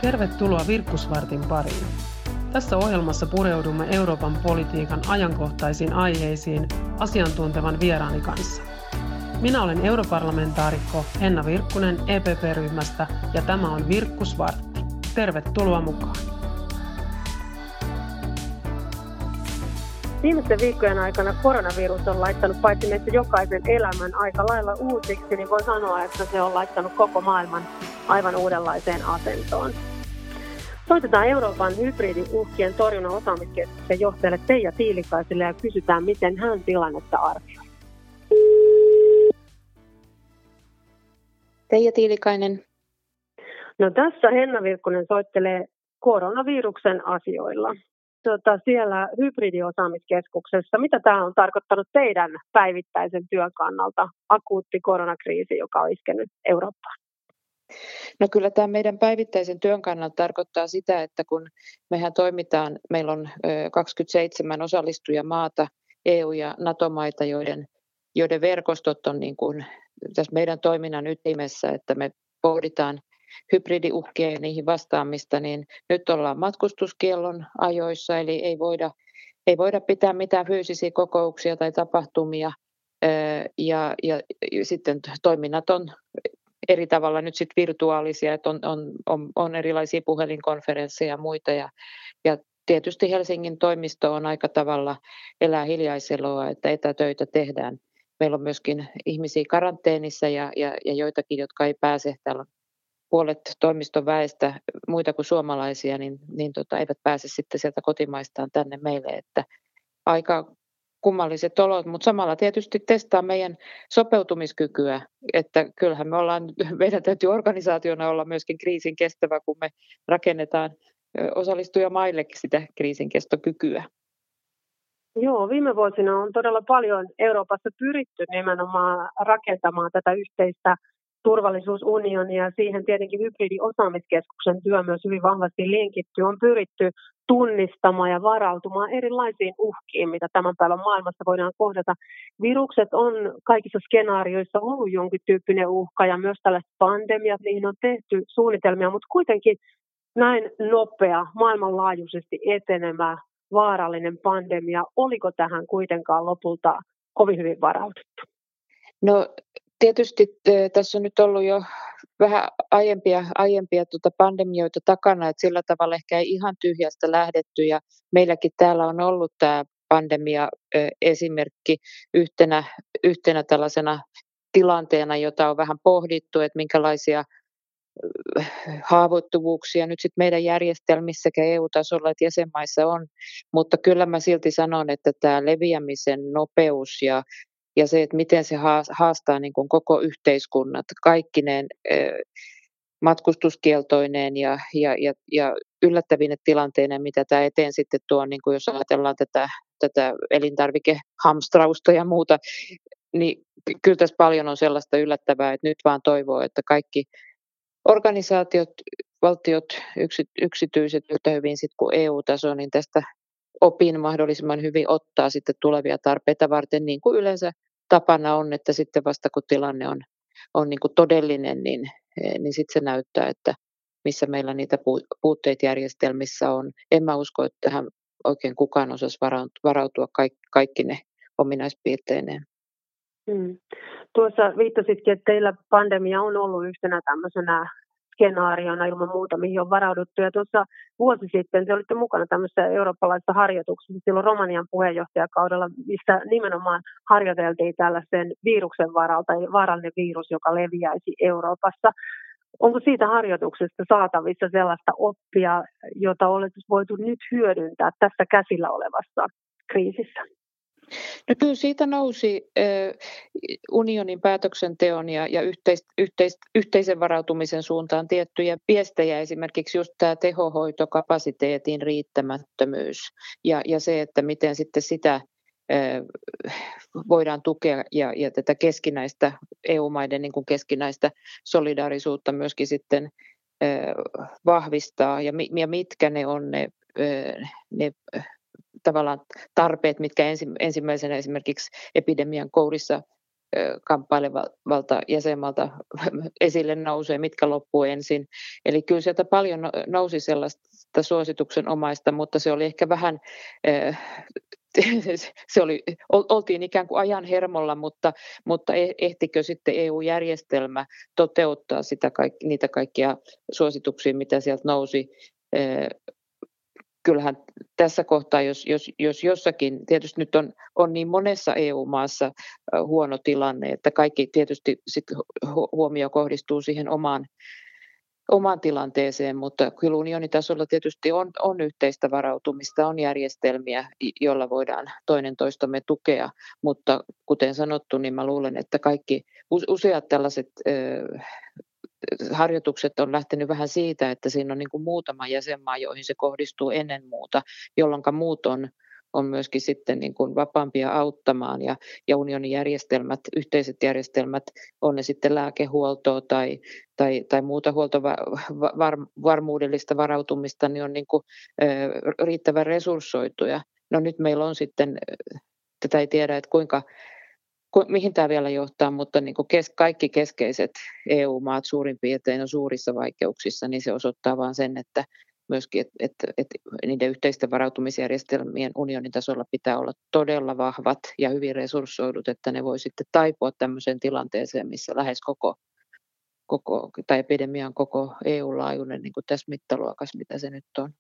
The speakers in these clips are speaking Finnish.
Tervetuloa Virkkusvartin pariin. Tässä ohjelmassa pureudumme Euroopan politiikan ajankohtaisiin aiheisiin asiantuntevan vieraani kanssa. Minä olen europarlamentaarikko Henna Virkkunen EPP-ryhmästä ja tämä on Virkkusvartti. Tervetuloa mukaan. Viimeisten viikkojen aikana koronavirus on laittanut paitsi meistä jokaisen elämän aika lailla uusiksi, niin voi sanoa, että se on laittanut koko maailman aivan uudenlaiseen asentoon. Soitetaan Euroopan hybridiuhkien torjunnan osaamiskeskuksen johtajalle Teija Tiilikaiselle ja kysytään, miten hän tilannetta arvioi. Teija Tiilikainen. No tässä Henna Virkkunen soittelee koronaviruksen asioilla. Siellä hybridiosaamiskeskuksessa, mitä tämä on tarkoittanut teidän päivittäisen työn kannalta, akuutti koronakriisi, joka on iskenyt Eurooppaan? No kyllä tämä meidän päivittäisen työn kannalta tarkoittaa sitä, että kun mehän toimitaan, meillä on 27 osallistujamaata, EU- ja NATO-maita, joiden verkostot on niin kuin tässä meidän toiminnan ytimessä, että me pohditaan hybridiuhkia ja niihin vastaamista, niin nyt ollaan matkustuskiellon ajoissa, eli ei voida pitää mitään fyysisiä kokouksia tai tapahtumia, ja sitten toiminnat on eri tavalla nyt sitten virtuaalisia, että on erilaisia puhelinkonferensseja ja muita, ja tietysti Helsingin toimisto on aika tavalla elää hiljaiseloa, että etätöitä tehdään. Meillä on myöskin ihmisiä karanteenissa ja joitakin, jotka ei pääse, täällä on puolet toimiston väestä, muita kuin suomalaisia, niin eivät pääse sitten sieltä kotimaistaan tänne meille, että aika kummalliset olot, mutta samalla tietysti testaa meidän sopeutumiskykyä, että kyllähän meidän täytyy organisaationa olla myöskin kriisin kestävä, kun me rakennetaan osallistujamaillekin sitä kriisinkestokykyä. Joo, viime vuosina on todella paljon Euroopassa pyritty nimenomaan rakentamaan tätä yhteistä turvallisuusunionia, ja siihen tietenkin hybridiosaamiskeskuksen työ myös hyvin vahvasti linkittyy. On pyritty tunnistamaan ja varautumaan erilaisiin uhkiin, mitä tämän päivän maailmassa voidaan kohdata. Virukset on kaikissa skenaarioissa ollut jonkin tyyppinen uhka, ja myös tällaiset pandemiat, niihin on tehty suunnitelmia, mutta kuitenkin näin nopea, maailmanlaajuisesti etenemä, vaarallinen pandemia, oliko tähän kuitenkaan lopulta kovin hyvin varauduttu? No tietysti tässä on nyt ollut jo vähän aiempia pandemioita takana, että sillä tavalla ehkä ei ihan tyhjästä lähdetty, ja meilläkin täällä on ollut tämä pandemia esimerkki yhtenä tällaisena tilanteena, jota on vähän pohdittu, että minkälaisia haavoittuvuuksia nyt sitten meidän järjestelmissä sekä EU-tasolla että jäsenmaissa on, mutta kyllä mä silti sanon, että tämä leviämisen nopeus ja se, että miten se haastaa niin kuin koko yhteiskunnat, kaikkineen matkustuskieltoineen ja yllättävine tilanteineen, mitä tämä eteen sitten tuo, niin kuin jos ajatellaan tätä elintarvikehamstrausta ja muuta, niin kyllä tässä paljon on sellaista yllättävää, että nyt vaan toivoo, että kaikki organisaatiot, valtiot, yksityiset yhtä hyvin sitten kuin EU-taso, niin tästä opin mahdollisimman hyvin ottaa sitten tulevia tarpeita varten, niin kuin yleensä tapana on, että sitten vasta kun tilanne on niin kuin todellinen, niin sitten se näyttää, että missä meillä niitä puutteita järjestelmissä on. En mä usko, että tähän oikein kukaan osaisi varautua kaikki ne ominaispiirteineen. Tuossa viittasitkin, että teillä pandemia on ollut yhtenä tämmöisenä skenaariona ilman muuta, mihin on varauduttu. Ja tuossa vuosi sitten te olitte mukana tämmöisessä eurooppalaisessa harjoituksessa silloin Romanian puheenjohtajakaudella, missä nimenomaan harjoiteltiin tällaisen viruksen varalta, eli vaarallinen virus, joka leviäisi Euroopassa. Onko siitä harjoituksesta saatavissa sellaista oppia, jota olisi voitu nyt hyödyntää tässä käsillä olevassa kriisissä? No kyllä siitä nousi unionin päätöksenteon ja yhteisen varautumisen suuntaan tiettyjä viestejä, esimerkiksi just tämä tehohoitokapasiteetin riittämättömyys ja se, että miten sitten sitä voidaan tukea ja tätä keskinäistä EU-maiden niin kuin keskinäistä solidaarisuutta myöskin sitten vahvistaa ja mitkä ne on ne tavallaan tarpeet, mitkä ensimmäisenä esimerkiksi epidemian kourissa kamppailevalta jäsenmaalta esille nousee, mitkä loppuu ensin. Eli kyllä sieltä paljon nousi sellaista suosituksenomaista, mutta se oli ehkä vähän oltiin ikään kuin ajan hermolla, mutta ehtikö sitten EU-järjestelmä toteuttaa niitä kaikkia suosituksia, mitä sieltä nousi. Kyllähän tässä kohtaa, jos jossakin, tietysti nyt on niin monessa EU-maassa huono tilanne, että kaikki tietysti sit huomio kohdistuu siihen omaan tilanteeseen, mutta kyllä unionitasolla tietysti on yhteistä varautumista, on järjestelmiä, joilla voidaan toinen toistamme tukea, mutta kuten sanottu, niin mä luulen, että useat tällaiset harjoitukset on lähtenyt vähän siitä, että siinä on niin kuin muutama jäsenmaa, joihin se kohdistuu ennen muuta, jolloin muut on myöskin sitten niin kuin vapaampia auttamaan ja unionin järjestelmät, yhteiset järjestelmät, on ne sitten lääkehuoltoa tai muuta huoltovarmuudellista varautumista, niin on niin kuin riittävän resurssoituja. No nyt meillä on sitten, tätä ei tiedä, että mihin tämä vielä johtaa, mutta niin kuin kaikki keskeiset EU-maat suurin piirtein on suurissa vaikeuksissa, niin se osoittaa vain sen, että myöskin, että niiden yhteisten varautumisjärjestelmien unionin tasolla pitää olla todella vahvat ja hyvin resurssoidut, että ne voi sitten taipua tämmöiseen tilanteeseen, missä lähes tai epidemia on koko EU-laajuinen niin kuin tässä mittaluokassa, mitä se nyt on.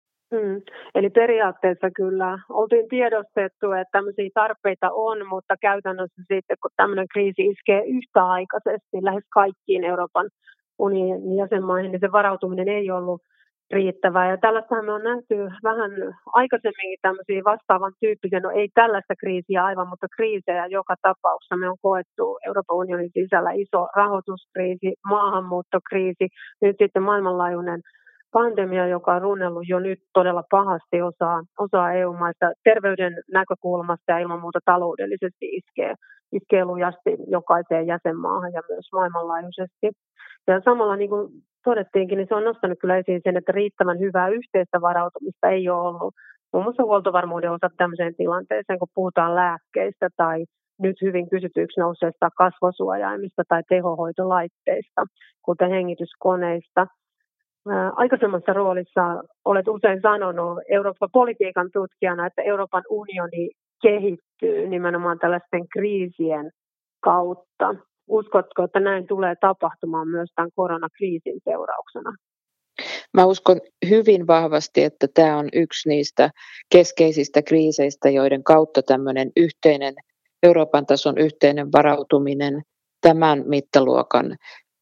Eli periaatteessa kyllä oltiin tiedostettu, että tämmöisiä tarpeita on, mutta käytännössä sitten, kun tämmöinen kriisi iskee yhtäaikaisesti lähes kaikkiin Euroopan unionin jäsenmaihin, niin se varautuminen ei ollut riittävää. Ja tällaistähän me on nähty vähän aikaisemminkin tämmöisiä vastaavan tyyppisiä, no ei tällaista kriisiä aivan, mutta kriisejä joka tapauksessa. Me on koettu Euroopan unionin sisällä iso rahoituskriisi, maahanmuuttokriisi, nyt sitten maailmanlaajuinen pandemia, joka on runnellut jo nyt todella pahasti osaa EU-maista terveyden näkökulmasta ja ilman muuta taloudellisesti iskee lujasti jokaiseen jäsenmaahan ja myös maailmanlaajuisesti. Ja samalla niin kuin todettiinkin, niin se on nostanut kyllä esiin sen, että riittävän hyvää yhteistä varautumista ei ole ollut. Muun muassa huoltovarmuuden osalta tämmöiseen tilanteeseen, kun puhutaan lääkkeistä tai nyt hyvin kysytyksi nousseista kasvosuojaimista tai tehohoitolaitteista, kuten hengityskoneista. Aikaisemmassa roolissa olet usein sanonut Euroopan politiikan tutkijana, että Euroopan unioni kehittyy nimenomaan tällaisten kriisien kautta. Uskotko, että näin tulee tapahtumaan myös tämän koronakriisin seurauksena? Mä uskon hyvin vahvasti, että tämä on yksi niistä keskeisistä kriiseistä, joiden kautta tämmöinen Euroopan tason yhteinen varautuminen tämän mittaluokan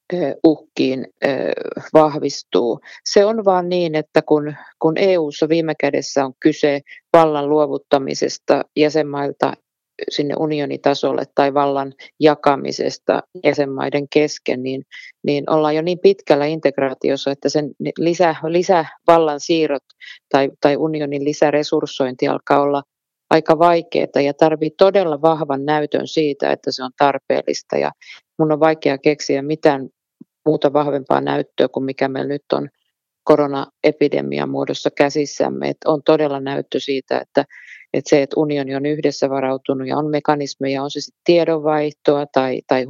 uhkiin vahvistuu. Se on vaan niin, että kun EU:ssa viime kädessä on kyse vallan luovuttamisesta jäsenmailta sinne unionitasolle tai vallan jakamisesta jäsenmaiden kesken, niin ollaan jo niin pitkällä integraatiossa, että sen lisävallan siirrot tai unionin lisäresurssointi alkaa olla aika vaikeaa ja tarvitsee todella vahvan näytön siitä, että se on tarpeellista. Ja mun on vaikea keksiä mitään muuta vahvempaa näyttöä kuin mikä meillä nyt on koronaepidemian muodossa käsissämme. Että on todella näyttö siitä, että se, että unioni on yhdessä varautunut ja on mekanismeja, on se sitten tiedonvaihtoa tai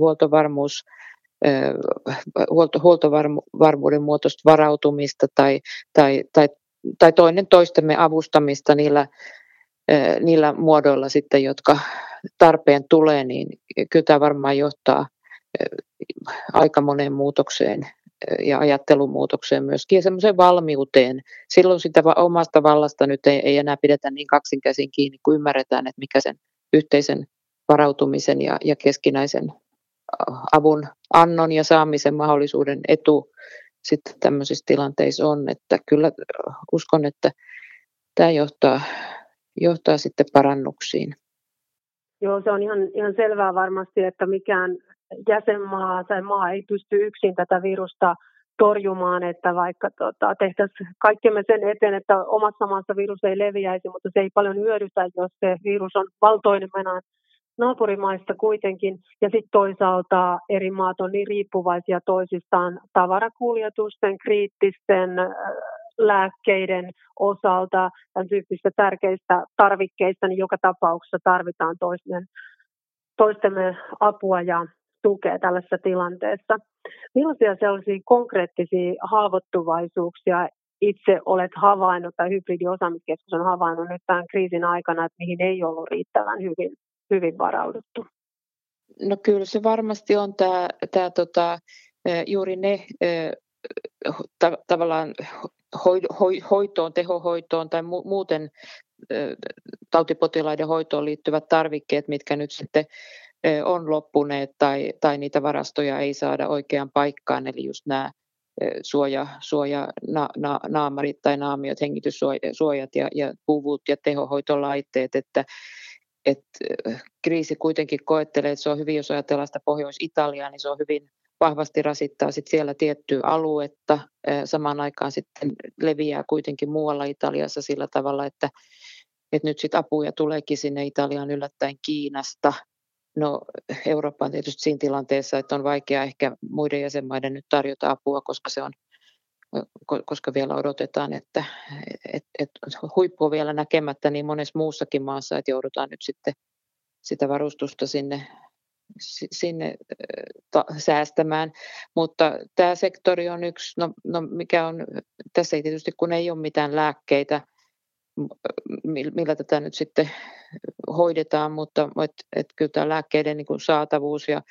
huoltovarmuuden muotoista varautumista tai toinen toistemme avustamista niillä muodoilla sitten, jotka tarpeen tulee, niin kyllä tämä varmaan johtaa aika moneen muutokseen ja ajattelumuutokseen myöskin ja semmoiseen valmiuteen. Silloin sitä omasta vallasta nyt ei enää pidetä niin kaksin käsin kiinni, kun ymmärretään, että mikä sen yhteisen varautumisen ja keskinäisen avun annon ja saamisen mahdollisuuden etu sitten tämmöisissä tilanteissa on. Että kyllä uskon, että tämä johtaa sitten parannuksiin. Joo, se on ihan selvää varmasti, että mikään jäsenmaa tai maa ei pysty yksin tätä virusta torjumaan, että vaikka tehtäisiin kaikkemme sen eteen, että omassa maassa virus ei leviäisi, mutta se ei paljon hyödytä, jos se virus on valtoinen mennään naapurimaista kuitenkin. Ja sitten toisaalta eri maat on niin riippuvaisia toisistaan tavarakuljetusten, kriittisten lääkkeiden osalta, tämän tyyppistä tärkeistä tarvikkeista, niin joka tapauksessa tarvitaan toistemme apua ja tukea tällaisessa tilanteessa. Millaisia sellaisia konkreettisia haavoittuvaisuuksia itse olet havainnut tai hybridiosaamiskeskus on havainnut nyt tämän kriisin aikana, että mihin ei ollut riittävän hyvin varauduttu? No kyllä se varmasti on juuri ne tavallaan hoitoon, tehohoitoon tai muuten tautipotilaiden hoitoon liittyvät tarvikkeet, mitkä nyt sitten on loppuneet tai niitä varastoja ei saada oikeaan paikkaan, eli just nämä naamarit tai naamiot, hengityssuojat ja puvut ja tehohoitolaitteet, että kriisi kuitenkin koettelee, että se on hyvin, jos ajatellaan sitä Pohjois-Italiaa, niin se on hyvin vahvasti rasittaa sit siellä tiettyä aluetta. Samaan aikaan sitten leviää kuitenkin muualla Italiassa sillä tavalla, että nyt sitten apuja tuleekin sinne Italiaan yllättäen Kiinasta. No Eurooppa on tietysti siinä tilanteessa, että on vaikea ehkä muiden jäsenmaiden nyt tarjota apua, koska vielä odotetaan, että huippu on vielä näkemättä niin monessa muussakin maassa, että joudutaan nyt sitten sitä varustusta sinne säästämään. Mutta tämä sektori on yksi, mikä on, tässä ei tietysti kun ei ole mitään lääkkeitä, millä tätä nyt sitten hoidetaan, mutta kyllä tämä lääkkeiden niin kuin saatavuus ja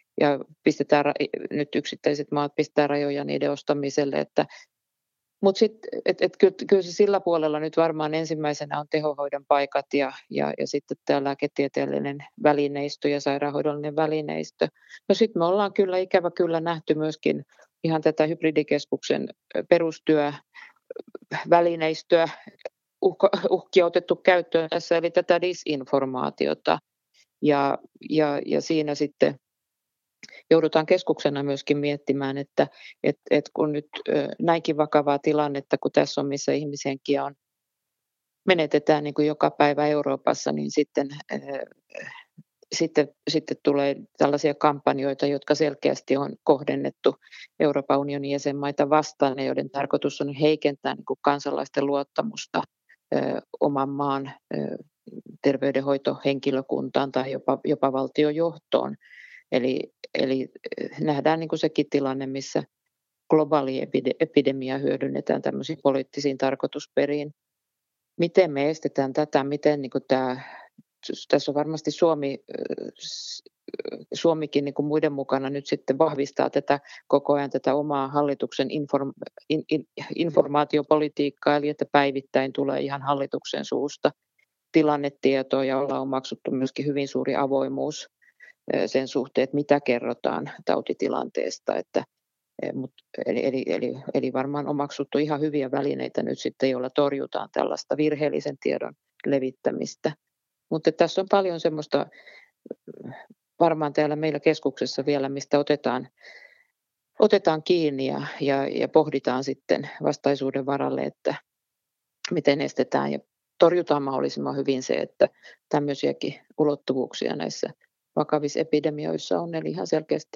nyt yksittäiset maat pistää rajoja niiden ostamiselle, mutta sitten kyllä se sillä puolella nyt varmaan ensimmäisenä on tehohoidon paikat ja sitten tämä lääketieteellinen välineistö ja sairaanhoidollinen välineistö. No sitten me ollaan kyllä ikävä kyllä nähty myöskin ihan tätä hybridikeskuksen perustyövälineistöä uhkia otettu käyttöön tässä, eli tätä disinformaatiota. Ja siinä sitten joudutaan keskuksena myöskin miettimään, että kun nyt näinkin vakavaa tilannetta, kun tässä on, missä ihmishenkiä menetetään niin kuin joka päivä Euroopassa, niin sitten tulee tällaisia kampanjoita, jotka selkeästi on kohdennettu Euroopan unionin jäsenmaita vastaan, ja joiden tarkoitus on heikentää niin kuin kansalaisten luottamusta oman maan terveydenhoitohenkilökuntaan tai jopa valtiojohtoon. Eli nähdään niin kuin sekin tilanne, missä globaali epidemia hyödynnetään tämmöisiin poliittisiin tarkoitusperiin. Miten me estetään tätä? Miten niin kuin tässä on varmasti Suomikin niin kuin muiden mukana nyt sitten vahvistaa koko ajan tätä omaa hallituksen informaatiopolitiikkaa, eli että päivittäin tulee ihan hallituksen suusta tilannetietoa ja ollaan omaksuttu myöskin hyvin suuri avoimuus sen suhteen, että mitä kerrotaan tautitilanteesta. Eli varmaan omaksuttu ihan hyviä välineitä nyt sitten, joilla torjutaan tällaista virheellisen tiedon levittämistä. Mutta tässä on paljon semmoista varmaan täällä meillä keskuksessa vielä, mistä otetaan kiinni ja pohditaan sitten vastaisuuden varalle, että miten estetään ja torjutaan mahdollisimman hyvin se, että tämmöisiäkin ulottuvuuksia näissä vakavissa epidemioissa on, eli ihan selkeästi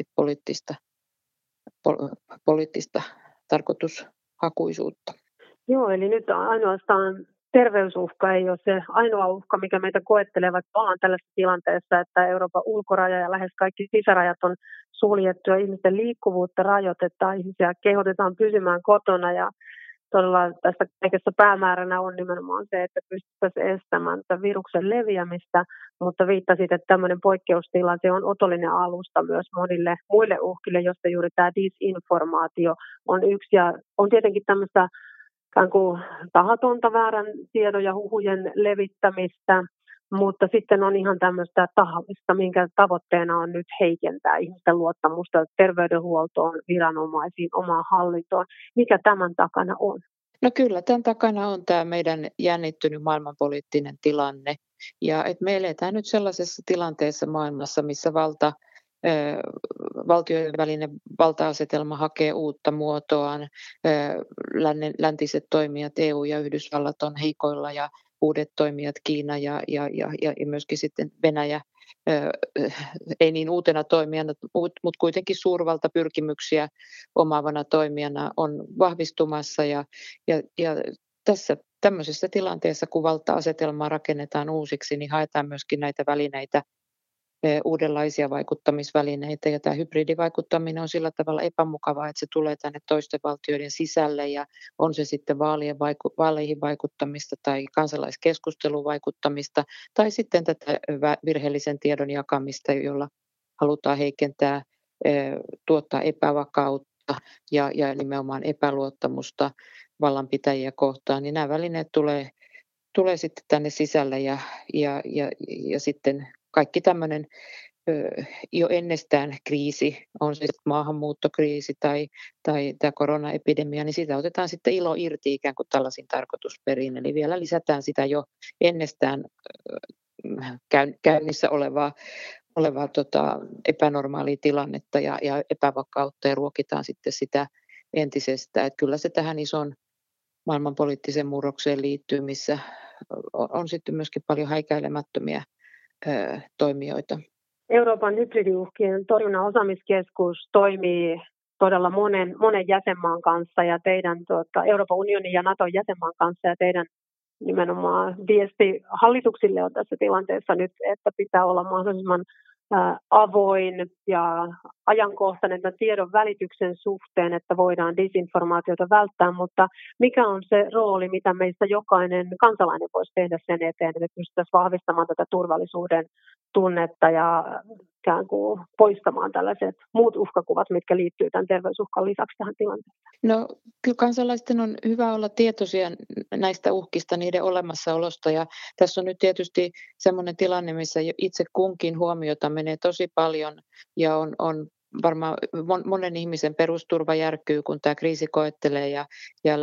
poliittista tarkoitushakuisuutta. Joo, eli nyt ainoastaan terveysuhka ei ole se ainoa uhka, mikä meitä koettelee, vaikka ollaan tällaisessa tilanteessa, että Euroopan ulkoraja ja lähes kaikki sisärajat on suljettu ja ihmisten liikkuvuutta rajoitetaan, ihmisiä kehotetaan pysymään kotona ja todella tästä kaikessa päämääränä on nimenomaan se, että pystyttäisiin estämään tämän viruksen leviämistä, mutta viittasit, että tämmöinen poikkeustila, se on otollinen alusta myös monille muille uhkille, josta juuri tämä disinformaatio on yksi. Ja on tietenkin tämmöistä tahatonta väärän tiedon ja huhujen levittämistä, mutta sitten on ihan tämmöistä tahallista, minkä tavoitteena on nyt heikentää ihmisten luottamusta terveydenhuoltoon, viranomaisiin, omaan hallintoon. Mikä tämän takana on? No kyllä, tämän takana on tämä meidän jännittynyt maailmanpoliittinen tilanne. Ja että me eletään nyt sellaisessa tilanteessa maailmassa, missä valtioiden välinen valta-asetelma hakee uutta muotoaan. Läntiset toimijat, EU ja Yhdysvallat on heikoilla ja uudet toimijat, Kiina ja myöskin sitten Venäjä, ei niin uutena toimijana, mutta kuitenkin suurvaltapyrkimyksiä omaavana toimijana on vahvistumassa. Ja tässä tämmöisessä tilanteessa, kun valta-asetelmaa rakennetaan uusiksi, niin haetaan myöskin näitä välineitä uudenlaisia vaikuttamisvälineitä. Ja tämä hybridivaikuttaminen on sillä tavalla epämukavaa, että se tulee tänne toisten valtioiden sisälle ja on se sitten vaaleihin vaikuttamista tai kansalaiskeskusteluun vaikuttamista tai sitten tätä virheellisen tiedon jakamista, jolla halutaan heikentää, tuottaa epävakautta ja nimenomaan epäluottamusta vallanpitäjiä kohtaan, niin nämä välineet tulee sitten tänne sisälle ja sitten kaikki tämmöinen jo ennestään kriisi, on se maahanmuuttokriisi tai tämä koronaepidemia, niin siitä otetaan sitten ilo irti ikään kuin tällaisin tarkoitusperiin. Eli vielä lisätään sitä jo ennestään käynnissä olevaa epänormaalia tilannetta ja epävakautta ja ruokitaan sitten sitä entisestään. Että kyllä se tähän ison maailmanpoliittiseen murrokseen liittyy, missä on sitten myöskin paljon häikäilemättömiä toimijoita. Euroopan hybridiuhkien torjunnan osaamiskeskus toimii todella monen jäsenmaan kanssa ja teidän Euroopan unionin ja Naton jäsenmaan kanssa ja teidän nimenomaan viesti hallituksille on tässä tilanteessa nyt, että pitää olla mahdollisimman avoin ja ajankohtainen tiedon välityksen suhteen, että voidaan disinformaatiota välttää, mutta mikä on se rooli, mitä meistä jokainen kansalainen voisi tehdä sen eteen, että pystyttäisiin vahvistamaan tätä turvallisuuden tunnetta ja ikään kuin poistamaan tällaiset muut uhkakuvat, mitkä liittyy tämän terveysuhkan lisäksi tähän tilanteeseen? No kyllä kansalaisten on hyvä olla tietoisia näistä uhkista, niiden olemassaolosta ja tässä on nyt tietysti semmoinen tilanne, missä itse kunkin huomiota menee tosi paljon ja on varmaan monen ihmisen perusturva järkkyy, kun tämä kriisi koettelee ja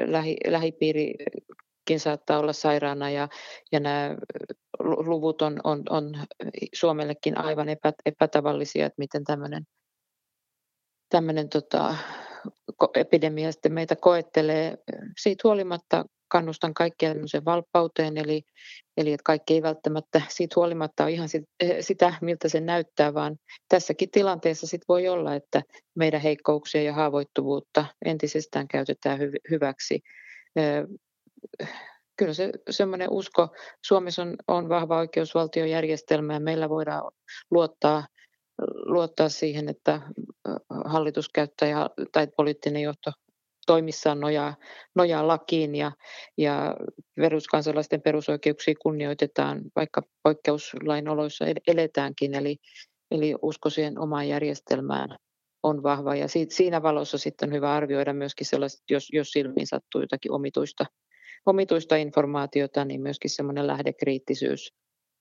lähipiirikin saattaa olla sairaana ja nämä luvut on Suomellekin aivan epätavallisia, että miten tämmöinen epidemia sitten meitä koettelee. Siitä huolimatta kannustan kaikkia tämmöiseen valppauteen, eli että kaikki ei välttämättä siitä huolimatta ole ihan sitä, miltä se näyttää, vaan tässäkin tilanteessa sit voi olla, että meidän heikkouksia ja haavoittuvuutta entisestään käytetään hyväksi. Kyllä se semmoinen usko, Suomessa on vahva oikeusvaltiojärjestelmä ja meillä voidaan luottaa siihen, että hallitus käyttää tai poliittinen johto toimissaan nojaa lakiin ja peruskansalaisten perusoikeuksia kunnioitetaan, vaikka poikkeuslain oloissa eletäänkin, eli usko siihen omaan järjestelmään on vahva ja siinä valossa sitten on hyvä arvioida myöskin sellaiset, jos silmiin sattuu jotakin omituista informaatiota, niin myöskin semmoinen lähdekriittisyys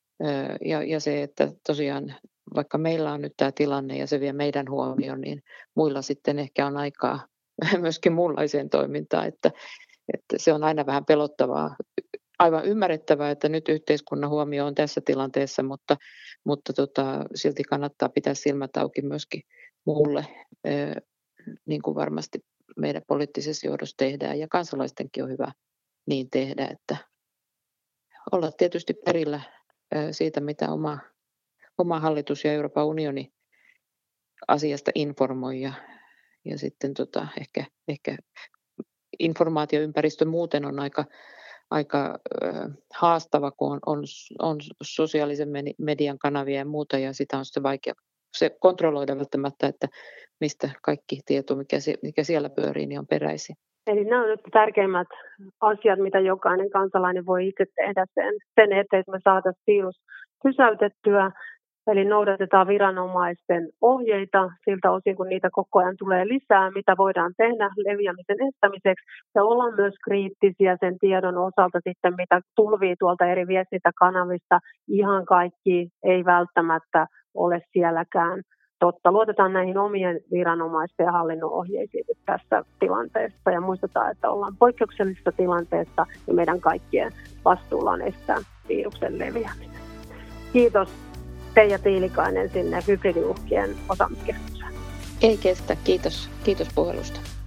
ja se, että tosiaan vaikka meillä on nyt tämä tilanne ja se vie meidän huomioon, niin muilla sitten ehkä on aikaa myöskin muunlaiseen toimintaan, että se on aina vähän pelottavaa. Aivan ymmärrettävää, että nyt yhteiskunnan huomio on tässä tilanteessa, mutta silti kannattaa pitää silmät auki myöskin muulle, niin kuin varmasti meidän poliittisessa johdossa tehdään ja kansalaistenkin on hyvä niin tehdä, että olla tietysti perillä siitä, mitä oma hallitus ja Euroopan unioni asiasta informoi ja sitten ehkä informaatioympäristö muuten on aika haastava, kun on sosiaalisen median kanavia ja muuta ja sitä on sitten vaikea se kontrolloida välttämättä, että mistä kaikki tieto, mikä siellä pyörii, niin on peräisin. Eli nämä on nyt tärkeimmät asiat, mitä jokainen kansalainen voi itse tehdä sen eteen, että me saataisiin virus pysäytettyä. Eli noudatetaan viranomaisten ohjeita siltä osin, kun niitä koko ajan tulee lisää, mitä voidaan tehdä leviämisen estämiseksi. Ja ollaan myös kriittisiä sen tiedon osalta sitten, mitä tulvii tuolta eri viestintäkanavista. Ihan kaikki ei välttämättä ole sielläkään totta. Luotetaan näihin omien viranomaisten ja hallinnon ohjeisiin tässä tilanteessa. Ja muistetaan, että ollaan poikkeuksellisessa tilanteessa ja meidän kaikkien vastuulla on estää viruksen leviäminen. Kiitos Teija Tiilikainen sinne hybridiuhkien osaamiskeskukseen. Ei kestä. Kiitos puhelusta.